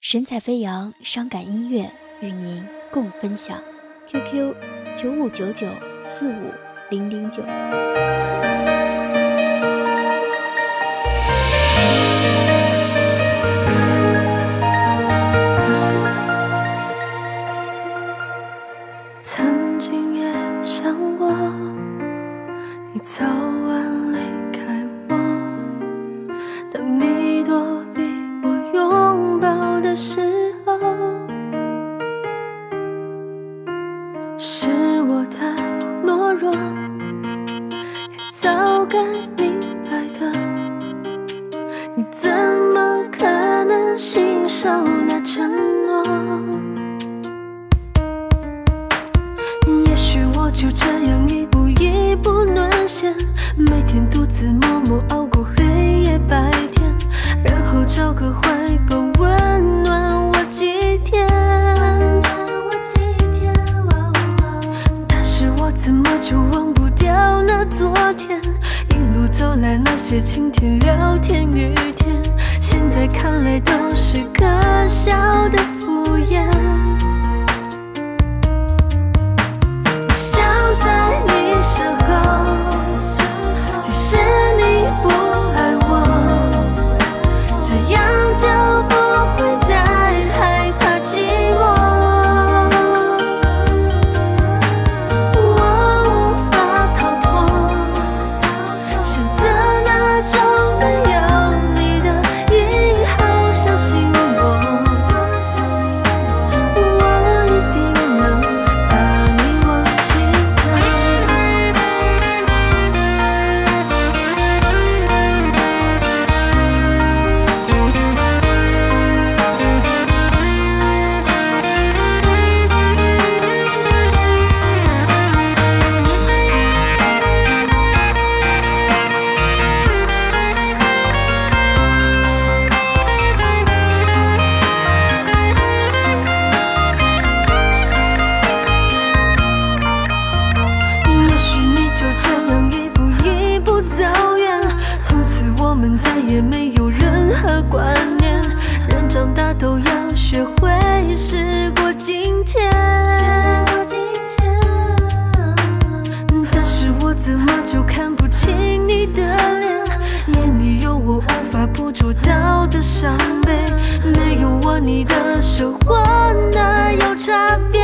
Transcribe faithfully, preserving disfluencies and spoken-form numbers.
神采飞扬，伤感音乐与您共分享。Q Q 九五九九四五零零九。 曾经也想过，你早晚离开我。当你躲避我拥抱的时候，是我太懦弱，也早该明白的。你怎么可能信守那承诺？也许我就这样一步一步沦陷，每天独自默默熬过黑夜白天，然后找个怀抱温暖我几天。但是我怎么就忘不掉那昨天，一路走来那些晴天聊天雨天，现在看来都是可笑的敷衍。身后，即使你不爱我，这样就不会再害怕寂寞。我无法逃脱，选择那种没有你的以后，相信我，我一定能把你忘记的。也许你就这样一步一步走远，从此我们再也没有任何关联。人长大都要学会时过境迁，但是我怎么就看不清你的脸？眼里有我无法捕捉到的伤悲，没有我你的生活哪有差别？